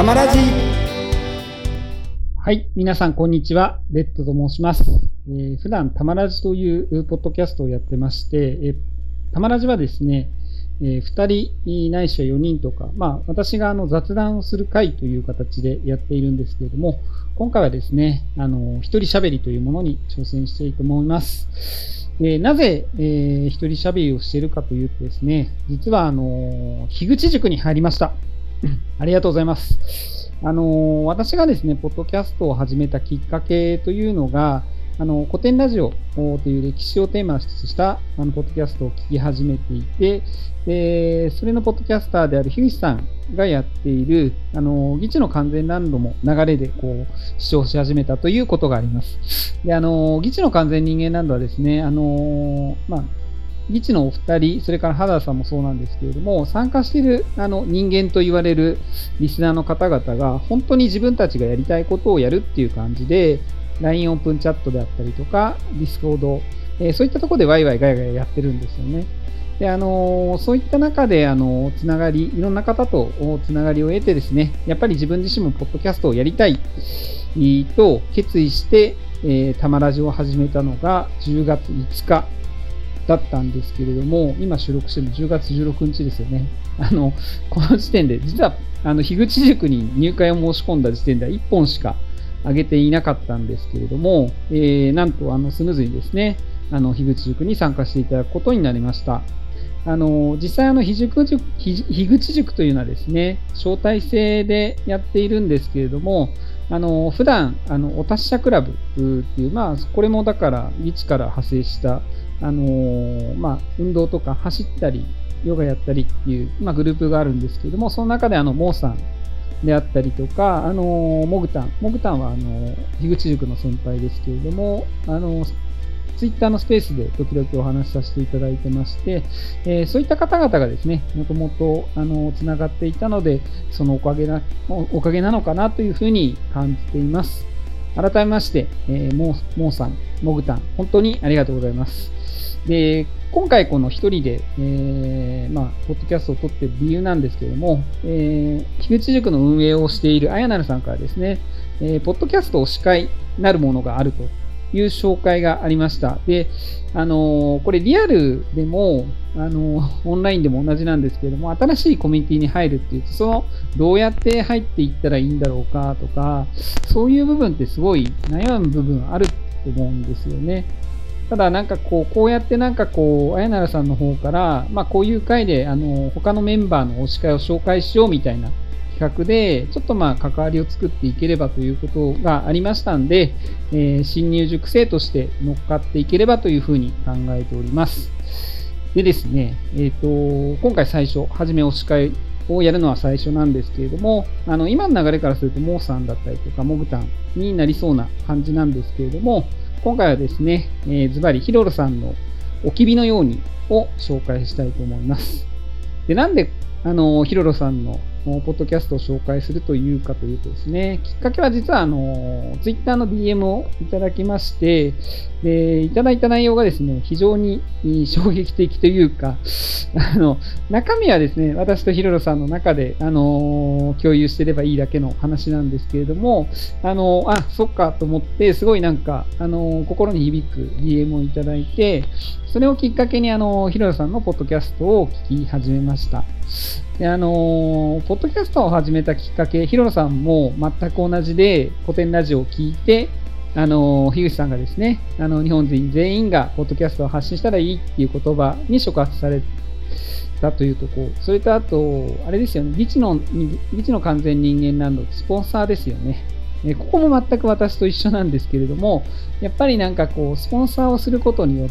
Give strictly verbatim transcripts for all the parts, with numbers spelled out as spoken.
まラジ。 はい、皆さんこんにちは。レッドと申します。えー、普段たまラジというポッドキャストをやってまして、えー、たまラジはですね、えー、ふたりないしはよにんとか、まあ、私があの雑談をする会という形でやっているんですけれども、今回はですね、あの一人喋りというものに挑戦したいと思います。えー、なぜ、えー、一人喋りをしているかというとですね、実はあの樋口塾に入りました。ありがとうございます。あの私がですね、ポッドキャストを始めたきっかけというのが、あの古典ラジオという歴史をテーマとしたあのポッドキャストを聞き始めていて、でそれのポッドキャスターである樋口さんがやっている、あの議知の完全ランドも流れでこう視聴し始めたということがあります。であの議知の完全人間ランドはですね、あのまあ議知のお二人、それから原田さんもそうなんですけれども、参加しているあの人間と言われるリスナーの方々が本当に自分たちがやりたいことをやるっていう感じで、ライン オープンチャットであったりとか、Discord、えー、そういったところでワイワイガヤガヤやってるんですよね。であのー、そういった中で、あのー、つながり、いろんな方とつながりを得てですね、やっぱり自分自身もポッドキャストをやりたいと決意して、えー、たまラジを始めたのがじゅうがついつかだったんですけれども、今収録しているのじゅうがつじゅうろくにちですよね。あのこの時点で、実はあの樋口塾に入会を申し込んだ時点ではいっぽんしか上げていなかったんですけれども、えー、なんとあのスムーズにですね、あの樋口塾に参加していただくことになりました。あの実際あの樋口塾、樋口塾というのはですね、招待制でやっているんですけれども、あの普段あのお達者クラブっていう、まあ、これもだから議知から派生したあのーまあ、運動とか走ったりヨガやったりっていう、まあ、グループがあるんですけれども、その中であのモーさんであったりとか、あのー、モグタンモグタンはあの樋口塾の先輩ですけれども、あのツイッターのスペースで時々お話しさせていただいてまして、えー、そういった方々がですね、もともとあのつながっていたので、そのおかげなおかげなのかなというふうに感じています。改めまして、えー、モー、モーさん、モグタン、本当にありがとうございます。で今回この一人で、えーまあ、ポッドキャストを撮っている理由なんですけれども、えー、樋口塾の運営をしているあやなるさんからですね、えー、ポッドキャスト推し会なるものがあるという紹介がありました。で、あのー、これリアルでも、あのー、オンラインでも同じなんですけれども、新しいコミュニティに入るっていうと、そのどうやって入っていったらいいんだろうかとか、そういう部分ってすごい悩む部分あると思うんですよね。ただなんかこう、こうやってなんかこう、あやならさんの方から、まあこういう回で、あの、他のメンバーの推し会を紹介しようみたいな企画で、ちょっとまあ関わりを作っていければということがありましたんで、えー、新入塾生として乗っかっていければというふうに考えております。でですね、えっと、今回最初、はじめ推し会をやるのは最初なんですけれども、あの、今の流れからすると、モーさんだったりとか、モグタンになりそうな感じなんですけれども、今回はですね、えー、ズバリヒロロさんのおきびのようにを紹介したいと思います。で、なんで、あの、ヒロロさんのポッドキャストを紹介するというかというとですね、きっかけは実はあの、ツイッターの ディーエム をいただきまして、で、いただいた内容がですね、非常に衝撃的というか、あの、中身はですね、私とヒロロさんの中で、あの、共有してればいいだけの話なんですけれども、あの、あ、そっかと思って、すごいなんか、あの、心に響く ディーエム をいただいて、それをきっかけに、あの、ヒロロさんのポッドキャストを聞き始めました。で、あの、ポッドキャストを始めたきっかけ、ヒロロさんも全く同じで、古典ラジオを聞いて、あの、樋口さんがですね、あの、日本人全員がポッドキャストを発信したらいいっていう言葉に触発されたというところ、それとあと、あれですよね、議知の、議知の完全人間ランド、スポンサーですよね。えここも全く私と一緒なんですけれども、やっぱりなんかこう、スポンサーをすることによって、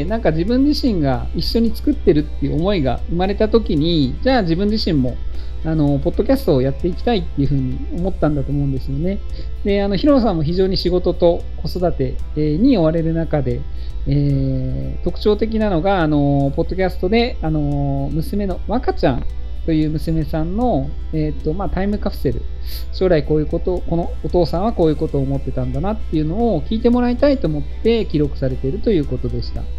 なんか自分自身が一緒に作ってるっていう思いが生まれたときに、じゃあ自分自身も、あの、ポッドキャストをやっていきたいっていうふうに思ったんだと思うんですよね。で、あの、ヒロさんも非常に仕事と子育てに追われる中で、えー、特徴的なのが、あの、ポッドキャストで、あの、娘の若ちゃんという娘さんの、えーとまあ、タイムカプセル、将来こういうこと、このお父さんはこういうことを思ってたんだなっていうのを聞いてもらいたいと思って記録されているということでした。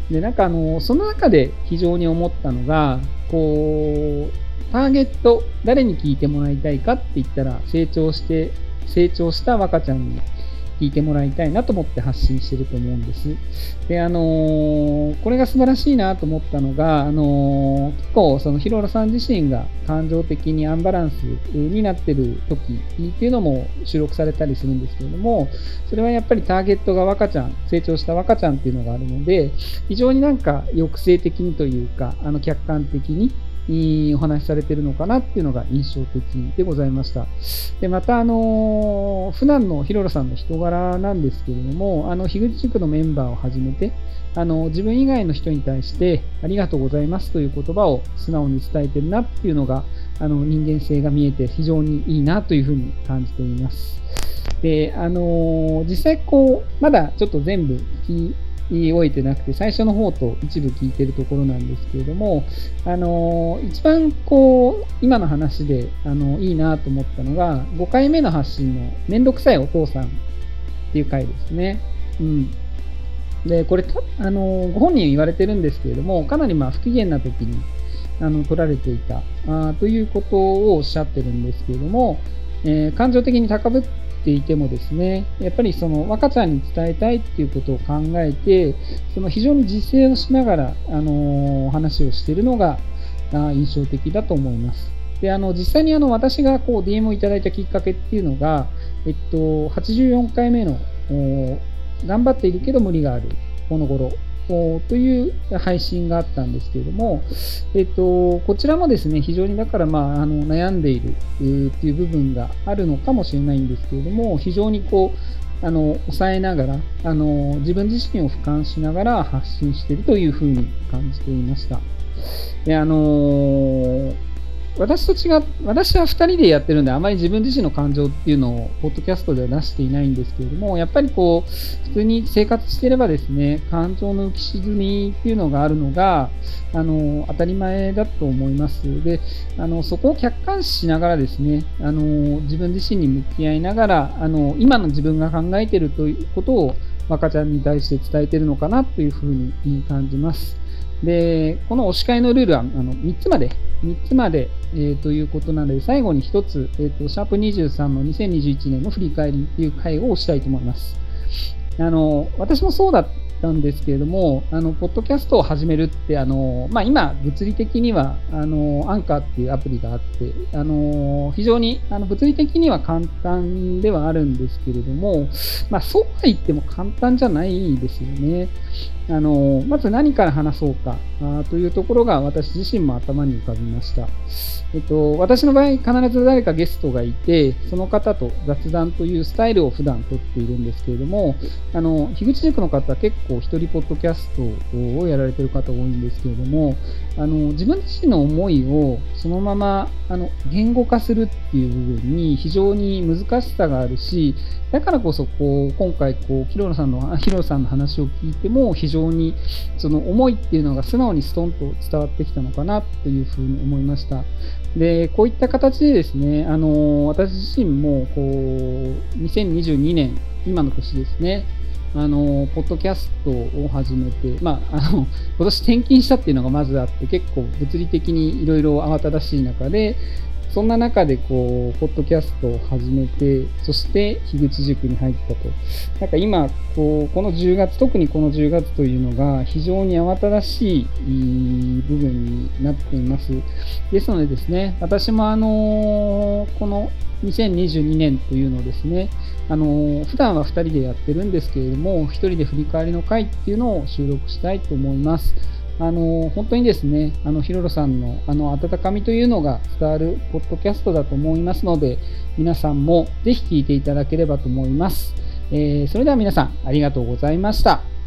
で、なんかあの、その中で非常に思ったのが、こう、ターゲット、誰に聞いてもらいたいかって言ったら、成長して、成長した若ちゃんに聞いてもらいたいなと思って発信してると思うんです。で、あのーこれが素晴らしいなと思ったのが、あのー結構、そのヒロロさん自身が感情的にアンバランスになってる時っていうのも収録されたりするんですけれども、それはやっぱりターゲットが若ちゃん、成長した若ちゃんっていうのがあるので、非常になんか抑制的にというか、あの客観的にいいお話しされているのかなっていうのが印象的でございました。で、また、あの、普段のヒロロさんの人柄なんですけれども、あの、樋口塾のメンバーをはじめて、あの、自分以外の人に対して、ありがとうございますという言葉を素直に伝えてるなっていうのが、あの、人間性が見えて非常にいいなというふうに感じています。で、あの、実際こう、まだちょっと全部聞き終えてなくて、最初の方と一部聞いてるところなんですけれども、あの、一番こう、今の話で、あの、いいなと思ったのが、ごかいめの発信のめんどくさいお父さんっていう回ですね。うん。で、これ、あの、ご本人言われてるんですけれども、かなりまあ不機嫌な時に、あの、取られていた、あということをおっしゃってるんですけれども、えー感情的に高ぶっていてもですね、やっぱりその若ちゃんに伝えたいっていうことを考えて、その非常に自制をしながら、あのー話をしているのがあ印象的だと思います。で、あの、実際にあの、私がこう ディーエム をいただいたきっかけっていうのが、えっと、はちじゅうよんかいめの、お頑張っているけど無理がある、この頃。おという配信があったんですけれども、えっと、こちらもですね、非常にだから、まあ、あの悩んでいるっていう部分があるのかもしれないんですけれども、非常にこう、あの抑えながらあの、自分自身を俯瞰しながら発信しているというふうに感じていました。で、あの私と違う、私はふたりでやってるんで、あまり自分自身の感情っていうのを、ポッドキャストでは出していないんですけれども、やっぱりこう、普通に生活していればですね、感情の浮き沈みっていうのがあるのが、あの、当たり前だと思います。で、あの、そこを客観視しながらですね、あの、自分自身に向き合いながら、あの、今の自分が考えているということを、若ちゃんに対して伝えているのかなというふうに感じます。で、この推し会のルールはあのみっつまで、みっつまで、えー、ということなので、最後にひとつ、えーと、シャープにじゅうさんのにせんにじゅういちねんの振り返りという回をしたいと思います。あの私もそうだったんですけれども、あのポッドキャストを始めるって、あの、まあ、今、物理的にはあのアンカーっていうアプリがあって、あの非常にあの物理的には簡単ではあるんですけれども、まあ、そうは言っても簡単じゃないですよね。あのまず何から話そうかあというところが私自身も頭に浮かびました。えっと、私の場合、必ず誰かゲストがいて、その方と雑談というスタイルを普段とっているんですけれども、あの樋口塾の方は結構一人ポッドキャストをやられている方多いんですけれども、あの自分自身の思いをそのままあの言語化するっていう部分に非常に難しさがあるし、だからこそこう今回こうヒロロさんのヒロロさんの話を聞いても非常にその思いっていうのが素直にストンと伝わってきたのかなというふうに思いました。で、こういった形でですね、あの私自身もこうにせんにじゅうにねん、今の年ですね、あのポッドキャストを始めて、まあ、あの今年転勤したっていうのがまずあって、結構物理的にいろいろ慌ただしい中で、そんな中でこうポッドキャストを始めて、そして樋口塾に入ったと。なんか今こうこのじゅうがつ、特にこのじゅうがつというのが非常に慌ただしい部分になっています。ですのでですね、私もあのこのにせんにじゅうにねんというのをですね、あの普段はふたりでやってるんですけれども、ひとりで振り返りの回っていうのを収録したいと思います。あの本当にですね、あのヒロロさんのあの温かみというのが伝わるポッドキャストだと思いますので、皆さんもぜひ聞いていただければと思います。えー、それでは皆さんありがとうございました。